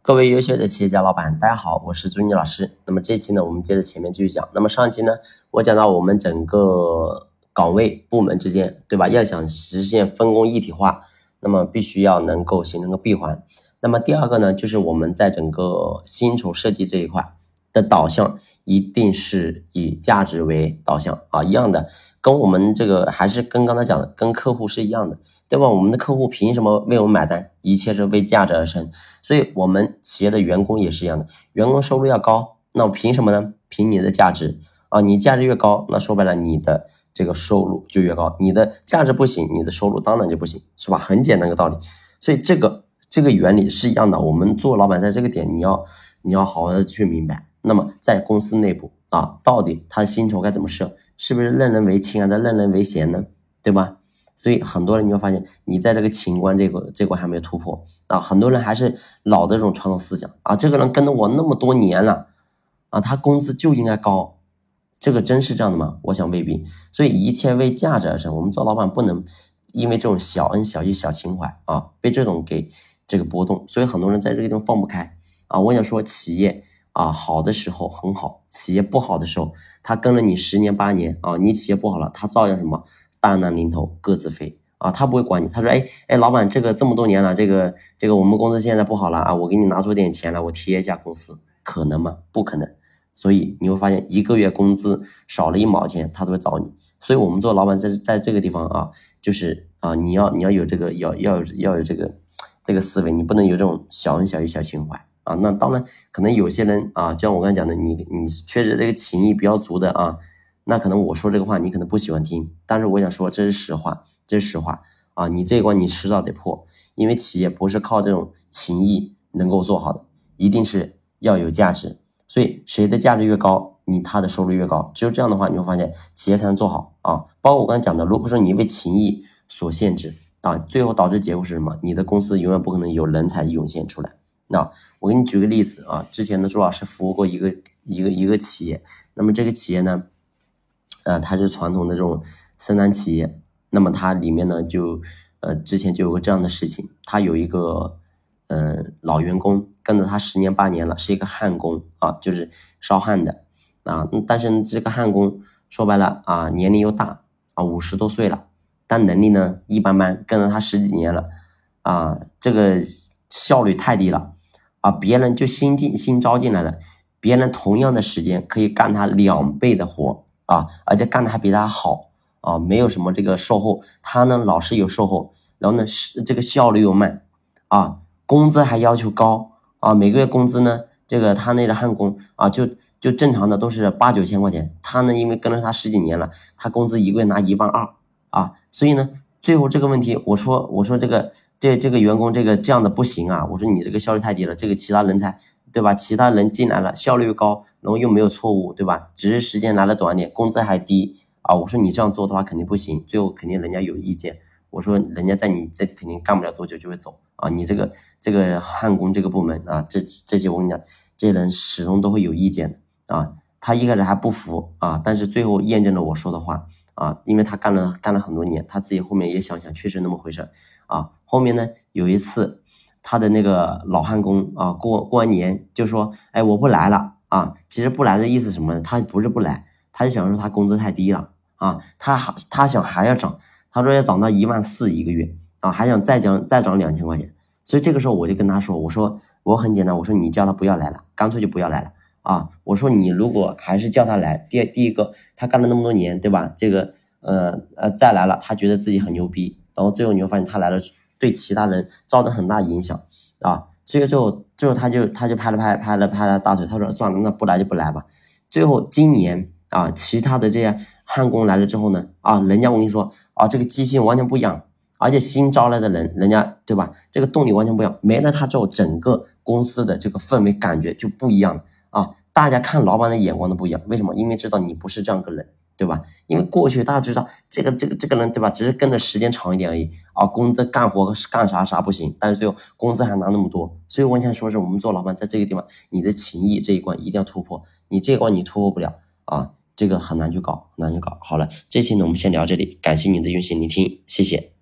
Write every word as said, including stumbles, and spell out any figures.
各位优秀的企业家老板，大家好，我是朱妮老师。那么这期呢，我们接着前面继续讲。那么上期呢，我讲到我们整个岗位部门之间，对吧？要想实现分工一体化，那么必须要能够形成个闭环。那么第二个呢，就是我们在整个薪酬设计这一块的导向，一定是以价值为导向啊，一样的，跟我们这个还是跟刚才讲的，跟客户是一样的。对吧？我们的客户凭什么为我们买单？一切是为价值而生。所以我们企业的员工也是一样的，员工收入要高，那凭什么呢？凭你的价值啊！你价值越高，那说白了，你的这个收入就越高。你的价值不行，你的收入当然就不行，是吧？很简单的道理。所以这个这个原理是一样的。我们做老板在这个点，你要你要好好的去明白。那么在公司内部啊，到底他的薪酬该怎么设？是不是任人唯亲啊？任人唯贤呢？对吧？所以很多人你会发现，你在这个情关这个这关还没有突破啊，很多人还是老的这种传统思想啊，这个人跟着我那么多年了啊，他工资就应该高，这个真是这样的吗？我想未必。所以一切为价值而生，我们做老板不能因为这种小恩小义小情怀啊，被这种给这个波动，所以很多人在这个地方放不开啊。我想说，企业啊好的时候很好，企业不好的时候，他跟了你十年八年啊，你企业不好了，他照样什么？大难临头各自飞啊，他不会管你。他说，哎哎，老板，这个这么多年了，这个这个我们公司现在不好了啊，我给你拿出点钱来，我贴一下公司，可能吗？不可能。所以你会发现，一个月工资少了一毛钱，他都会找你。所以我们做老板在在这个地方啊，就是啊，你要你要有这个要要有要有这个这个思维，你不能有这种小恩小义小情怀啊。那当然，可能有些人啊，就像我刚才讲的，你你确实这个情义比较足的啊。那可能我说这个话你可能不喜欢听，但是我想说这是实话，这是实话啊！你这一关你迟早得破，因为企业不是靠这种情谊能够做好的，一定是要有价值。所以谁的价值越高，你他的收入越高，只有这样的话，你会发现企业才能做好啊！包括我刚才讲的，如果说你为情谊所限制啊，最后导致结果是什么？你的公司永远不可能有人才涌现出来。那我给你举个例子啊，之前的朱老师服务过一个一个一个企业，那么这个企业呢？呃，它是传统的这种生产企业，那么它里面呢就呃之前就有个这样的事情，它有一个呃老员工跟着他十年八年了，是一个焊工啊，就是烧焊的啊，但是这个焊工说白了啊，年龄又大啊，五十多岁了，但能力呢一般般，跟着他十几年了啊，这个效率太低了啊，别人就新进新招进来的，别人同样的时间可以干他两倍的活。啊，而且干的还比他好啊，没有什么这个售后，他呢老是有售后，然后呢是这个效率又慢啊，工资还要求高啊，每个月工资呢，这个他那个焊工啊，就就正常的都是八九千块钱，他呢因为跟了他十几年了，他工资一个月拿一万二啊，所以呢最后这个问题，我说我说这个这这个员工这个这样的不行啊，我说你这个效率太低了，这个其他人才。对吧？其他人进来了，效率高，然后又没有错误，对吧？只是时间来的短点，工资还低啊！我说你这样做的话肯定不行，最后肯定人家有意见。我说人家在你这里肯定干不了多久就会走啊！你这个这个焊工这个部门啊，这这些我跟你讲，这些人始终都会有意见的啊！他一开始还不服啊，但是最后验证了我说的话啊，因为他干了干了很多年，他自己后面也想想，确实那么回事啊。后面呢，有一次。他的那个老焊工啊，过过完年就说，哎，我不来了啊。其实不来的意思什么呢？他不是不来，他就想说他工资太低了啊，他他想还要涨，他说要涨到一万四一个月啊，还想再涨再涨两千块钱。所以这个时候我就跟他说，我说我很简单，我说你叫他不要来了，干脆就不要来了啊。我说你如果还是叫他来，第第一个他干了那么多年，对吧？这个呃呃再来了，他觉得自己很牛逼，然后最后你会发现他来了。对其他人造成很大影响啊，所以最后最后他就他就拍了拍拍了拍了大腿，他说算了，那不来就不来吧。最后今年啊，其他的这些焊工来了之后呢，啊，人家我跟你说啊，这个机器完全不一样，而且新招来的人，人家对吧，这个动力完全不一样，没了他之后，整个公司的这个氛围感觉就不一样了啊，大家看老板的眼光都不一样，为什么？因为知道你不是这样个人。对吧？因为过去大家知道这个这个这个人对吧，只是跟着时间长一点而已啊，工资干活干啥啥不行，但是最后工资还拿那么多，所以我想说是我们做老板在这个地方，你的情谊这一关一定要突破，你这一关你突破不了啊，这个很难去搞，很难去搞。好了，这期呢我们先聊这里，感谢你的用心聆听，谢谢。